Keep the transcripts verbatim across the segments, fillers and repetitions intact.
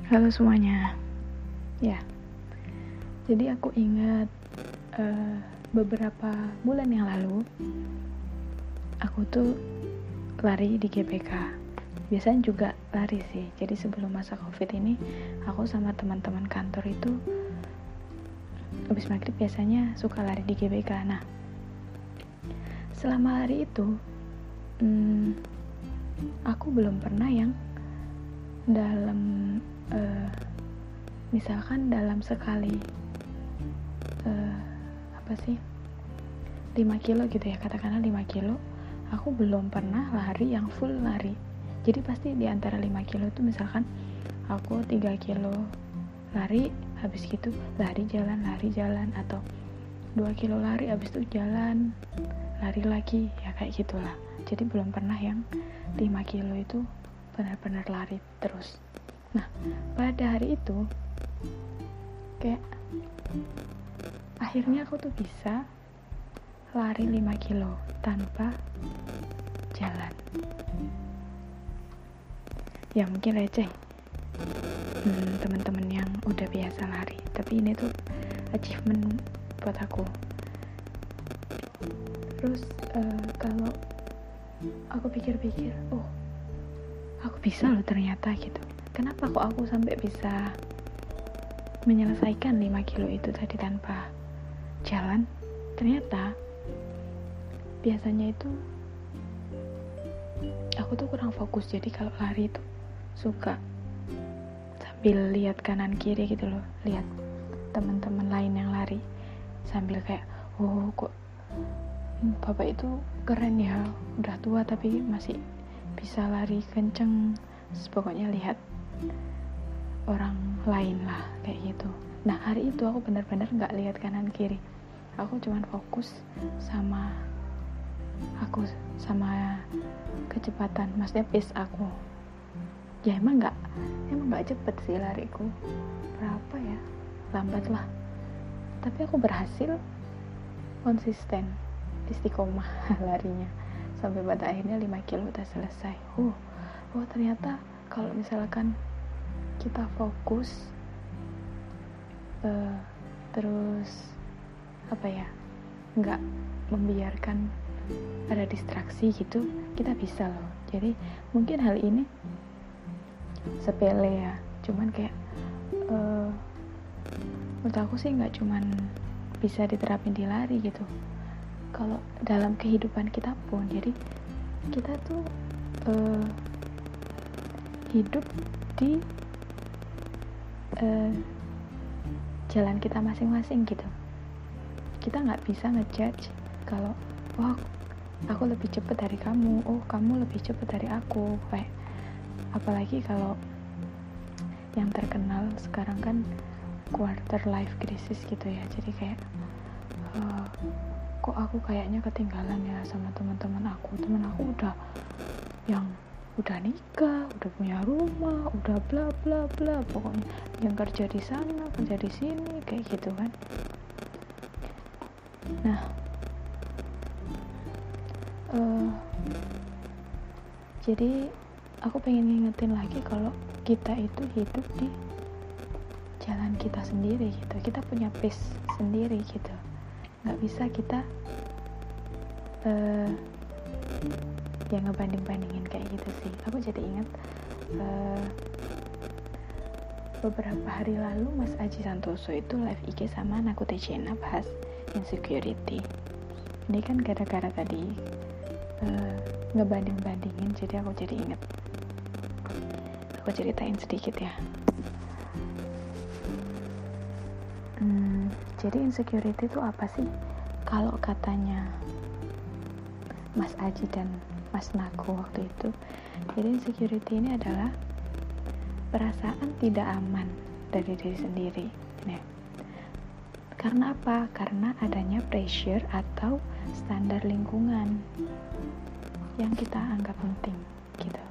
Halo semuanya. Ya, jadi aku ingat uh, beberapa bulan yang lalu aku tuh lari di G B K. Biasanya juga lari sih. Jadi sebelum masa Covid ini, aku sama teman-teman kantor itu habis maghrib biasanya suka lari di G B K. Nah, selama lari itu, hmm, aku belum pernah yang dalam uh, misalkan dalam sekali uh, apa sih lima kilo gitu ya, katakanlah lima kilo, aku belum pernah lari yang full lari. Jadi pasti di antara lima kilo itu misalkan aku tiga kilo lari, habis gitu lari jalan lari jalan atau dua kilo lari, habis itu jalan lari lagi, ya kayak gitulah. Jadi belum pernah yang lima kilo itu benar-benar lari terus. Nah, pada hari itu kayak akhirnya aku tuh bisa lari lima kilo tanpa jalan. Ya mungkin receh hmm, teman-teman yang udah biasa lari, tapi ini tuh achievement buat aku. Terus uh, kalau aku pikir-pikir, oh aku bisa loh ternyata gitu. Kenapa kok aku sampai bisa menyelesaikan lima kilo itu tadi tanpa jalan? Ternyata biasanya itu aku tuh kurang fokus. Jadi kalau lari itu suka sambil lihat kanan kiri gitu loh, lihat teman-teman lain yang lari sambil kayak, oh kok bapak itu keren ya, udah tua tapi masih bisa lari kenceng. Pokoknya lihat orang lain lah kayak gitu. Nah, hari itu aku benar-benar nggak lihat kanan kiri. Aku cuman fokus sama aku, sama kecepatan, maksudnya pace aku. Ya emang nggak, emang nggak cepet sih lariku. Berapa ya? Lambat lah. Tapi aku berhasil konsisten, istiqomah larinya sampai pada akhirnya lima kilo udah selesai. Oh, oh ternyata kalau misalkan kita fokus uh, terus apa ya, nggak membiarkan ada distraksi gitu, kita bisa loh. Jadi mungkin hal ini sepele ya, cuman kayak uh, menurut aku sih nggak cuman bisa diterapin di lari gitu, kalau dalam kehidupan kita pun. Jadi kita tuh uh, hidup di uh, jalan kita masing-masing gitu. Kita nggak bisa ngejudge kalau wah aku lebih cepet dari kamu, oh kamu lebih cepet dari aku. Kayak apalagi kalau yang terkenal sekarang kan quarter life crisis gitu ya. Jadi kayak uh, kok aku kayaknya ketinggalan ya sama teman-teman aku. Teman aku udah yang udah nikah, udah punya rumah, udah bla bla bla, pokoknya yang kerja di sana, kerja di sini, kayak gitu kan. Nah, uh, jadi aku pengen ngingetin lagi kalau kita itu hidup di jalan kita sendiri gitu. Kita punya pace sendiri gitu. Nggak bisa kita uh, yang ngebanding-bandingin kayak gitu sih. Aku jadi ingat uh, beberapa hari lalu Mas Aji Santoso itu live I G sama Nakute Chena bahas insecurity. Ini kan gara-gara tadi uh, ngebanding-bandingin, jadi aku jadi ingat. Aku ceritain sedikit ya. Hmm, jadi insecurity itu apa sih? Kalau katanya Mas Aji dan Mas Naku waktu itu, jadi insecurity ini adalah perasaan tidak aman dari diri sendiri. Nah, karena apa? Karena adanya pressure atau standar lingkungan yang kita anggap penting gitu.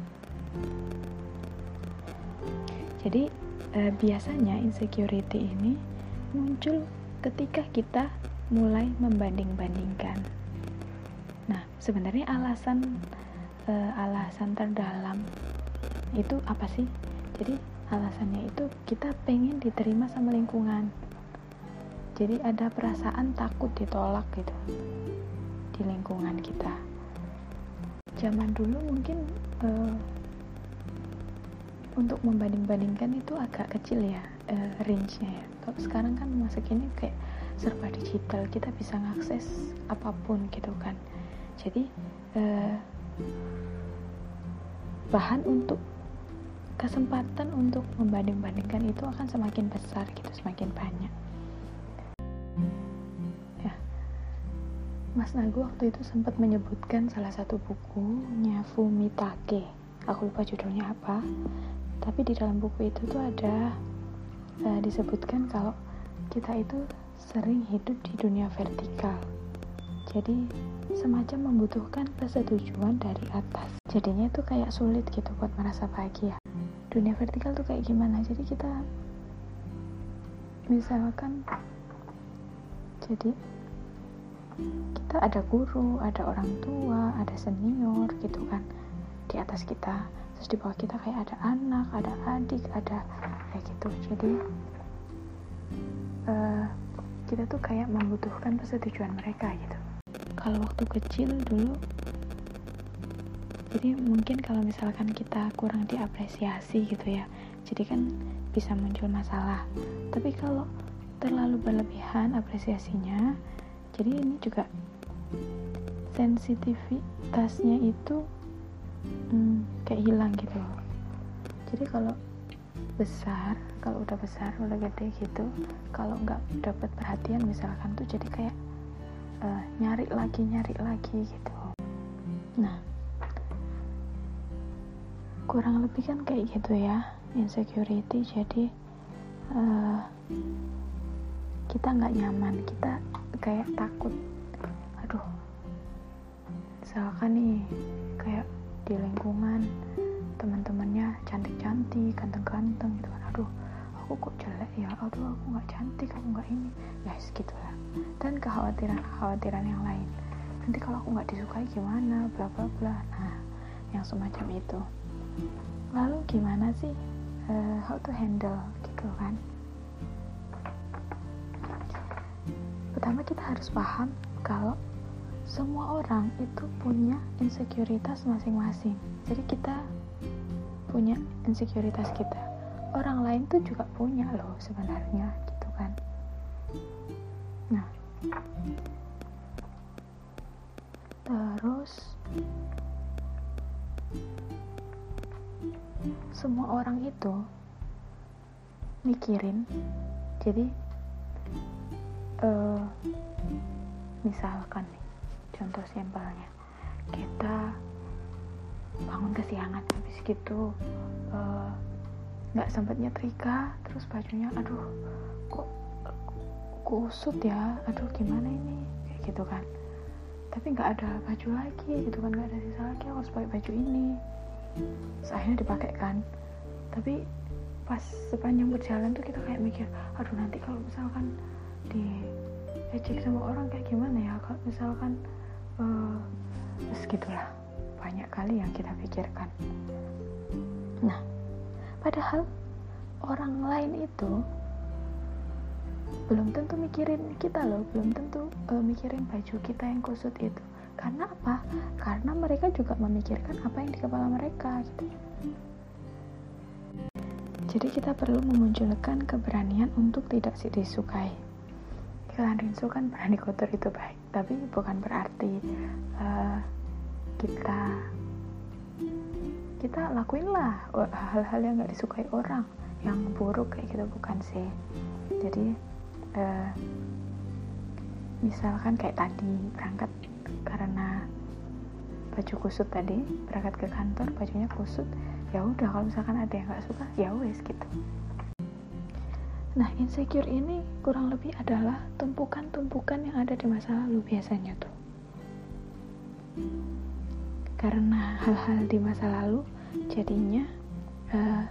Jadi eh, biasanya insecurity ini muncul ketika kita mulai membanding-bandingkan. Nah, sebenarnya alasan uh, alasan terdalam itu apa sih? Jadi alasannya itu kita pengen diterima sama lingkungan. Jadi ada perasaan takut ditolak gitu di lingkungan kita. Zaman dulu mungkin uh, untuk membanding-bandingkan itu agak kecil ya uh, range-nya ya. Kalau sekarang kan masa kini kayak serba digital, kita bisa mengakses apapun gitu kan. Jadi uh, bahan untuk kesempatan untuk membanding-bandingkan itu akan semakin besar gitu, semakin banyak. Ya, Mas Nagu waktu itu sempat menyebutkan salah satu bukunya Fumitake. Aku lupa judulnya apa. Tapi di dalam buku itu tuh ada uh, disebutkan kalau kita itu sering hidup di dunia vertikal. Jadi semacam membutuhkan persetujuan dari atas. Jadinya itu kayak sulit gitu buat merasa bahagia. Dunia vertikal tuh kayak gimana? Jadi kita misalkan jadi kita ada guru, ada orang tua, ada senior gitu kan di atas kita. Terus di bawah kita kayak ada anak, ada adik, ada kayak gitu. Jadi uh, kita tuh kayak membutuhkan persetujuan mereka gitu. Kalau waktu kecil dulu, jadi mungkin kalau misalkan kita kurang diapresiasi gitu ya, jadi kan bisa muncul masalah. Tapi kalau terlalu berlebihan apresiasinya, jadi ini juga sensitivitasnya itu hmm, kayak hilang gitu. Jadi kalau besar, kalau udah besar, udah gede gitu, kalau nggak dapat perhatian misalkan tuh jadi kayak uh, nyari lagi, nyari lagi gitu. Nah, kurang lebih kan kayak gitu ya, insecurity. Jadi uh, kita nggak nyaman, kita kayak takut. Aduh, misalkan nih kayak di lingkungan teman-temannya cantik-cantik, ganteng-ganteng gitu kan. Aduh, aku kok jelek ya, aduh aku nggak cantik, aku nggak ini, guys gitulah. Dan kekhawatiran-kekhawatiran yang lain, nanti kalau aku nggak disukai gimana, bla bla bla. Nah, yang semacam itu. Lalu gimana sih uh, how to handle gitu kan? Pertama kita harus paham kalau semua orang itu punya insekuritas masing-masing. Jadi kita punya insekuritas kita, orang lain tuh juga punya loh sebenarnya gitu kan. Nah, terus semua orang itu mikirin. Jadi uh, misalkan nih, contoh simpelnya, kita bangun kesiangan, habis gitu nggak uh, sempet nyetrika, terus bajunya aduh kok kusut ya, aduh gimana ini, kayak gitu kan. Tapi nggak ada baju lagi gitu kan, nggak ada sisa lagi, aku harus pakai baju ini. Terus akhirnya dipakai kan. Tapi pas sepanjang berjalan tuh kita kayak mikir, aduh nanti kalau misalkan diejek sama orang kayak gimana ya, kalau misalkan uh, terus gitulah, banyak kali yang kita pikirkan. Nah, padahal orang lain itu belum tentu mikirin kita loh, belum tentu uh, mikirin baju kita yang kusut itu. Karena apa? Karena mereka juga memikirkan apa yang di kepala mereka gitu. Jadi kita perlu memunculkan keberanian untuk tidak disukai. Iklan Rinso kan berani kotor itu baik, tapi bukan berarti uh, kita kita lakuin lah hal-hal yang nggak disukai orang, yang buruk kayak gitu, bukan sih. Jadi uh, misalkan kayak tadi berangkat karena baju kusut tadi, berangkat ke kantor bajunya kusut, ya udah kalau misalkan ada yang nggak suka ya wes gitu. Nah, insecure ini kurang lebih adalah tumpukan-tumpukan yang ada di masa lalu biasanya tuh. Karena hal-hal di masa lalu jadinya uh,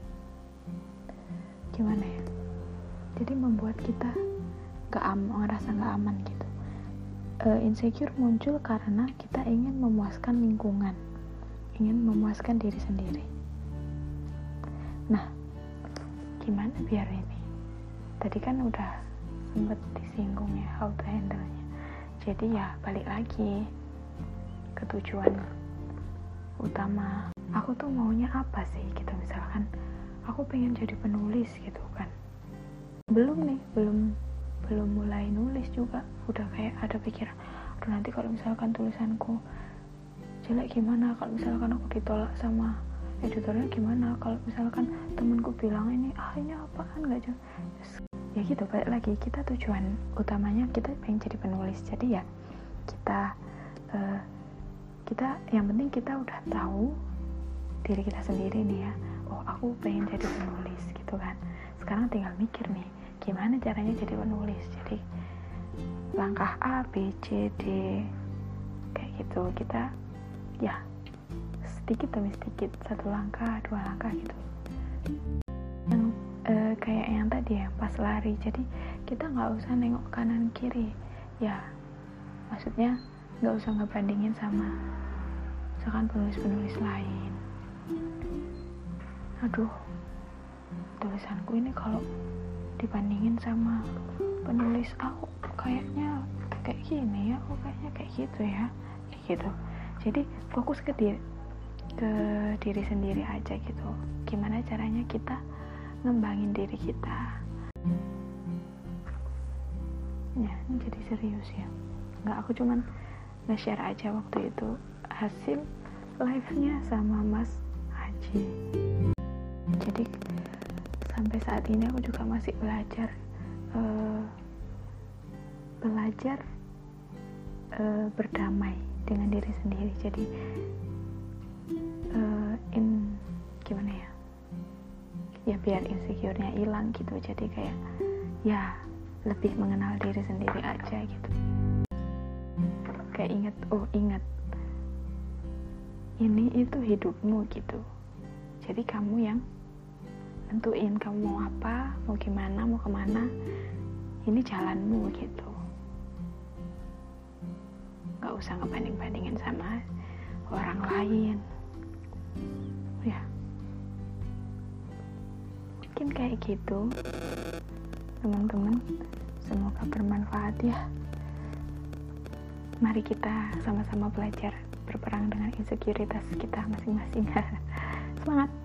gimana ya? Jadi membuat kita gak am- ngerasa gak aman gitu. Uh, insecure muncul karena kita ingin memuaskan lingkungan, ingin memuaskan diri sendiri. Nah, gimana biar ini, tadi kan udah sempet disinggung ya how to handle nya. Jadi ya balik lagi ke tujuan utama, aku tuh maunya apa sih gitu. Misalkan aku pengen jadi penulis gitu kan, belum nih belum belum mulai nulis juga udah kayak ada pikiran, aduh nanti kalau misalkan tulisanku jelek gimana, kalau misalkan aku ditolak sama editornya gimana, kalau misalkan temanku bilang ini ah ini apaan nggak jelas. Ya gitu, balik lagi kita tujuan utamanya kita pengen jadi penulis. Jadi ya kita uh, kita yang penting kita udah tahu diri kita sendiri nih ya, oh aku pengen jadi penulis gitu kan. Sekarang tinggal mikir nih gimana caranya jadi penulis. Jadi langkah A, B, C, D kayak gitu, kita ya sedikit demi sedikit, satu langkah, dua langkah gitu. Yang uh, kayak yang tadi ya pas lari, jadi kita nggak usah nengok kanan kiri ya, maksudnya nggak usah ngebandingin sama misalkan penulis-penulis lain. Aduh, tulisanku ini kalau dibandingin sama penulis aku kayaknya kayak gini ya, aku kayaknya kayak gitu ya, kayak gitu. Jadi fokus ke diri, ke diri sendiri aja gitu. Gimana caranya kita ngembangin diri kita. Ya, ini jadi serius ya. Nggak, aku cuman nge-share aja waktu itu hasil live-nya sama Mas Haji. Jadi sampai saat ini aku juga masih belajar uh, belajar uh, berdamai dengan diri sendiri. Jadi uh, in gimana ya? Ya biar insecure-nya hilang gitu. Jadi kayak ya lebih mengenal diri sendiri aja gitu. Kayak inget, oh inget ini itu hidupmu gitu. Jadi kamu yang nentuin kamu mau apa, mau gimana, mau kemana. Ini jalanmu gitu. Gak usah ngebanding-bandingin sama orang lain. Ya, mungkin kayak gitu teman-teman. Semoga bermanfaat ya. Mari kita sama-sama belajar berperang dengan insekuritas kita masing-masing. Semangat!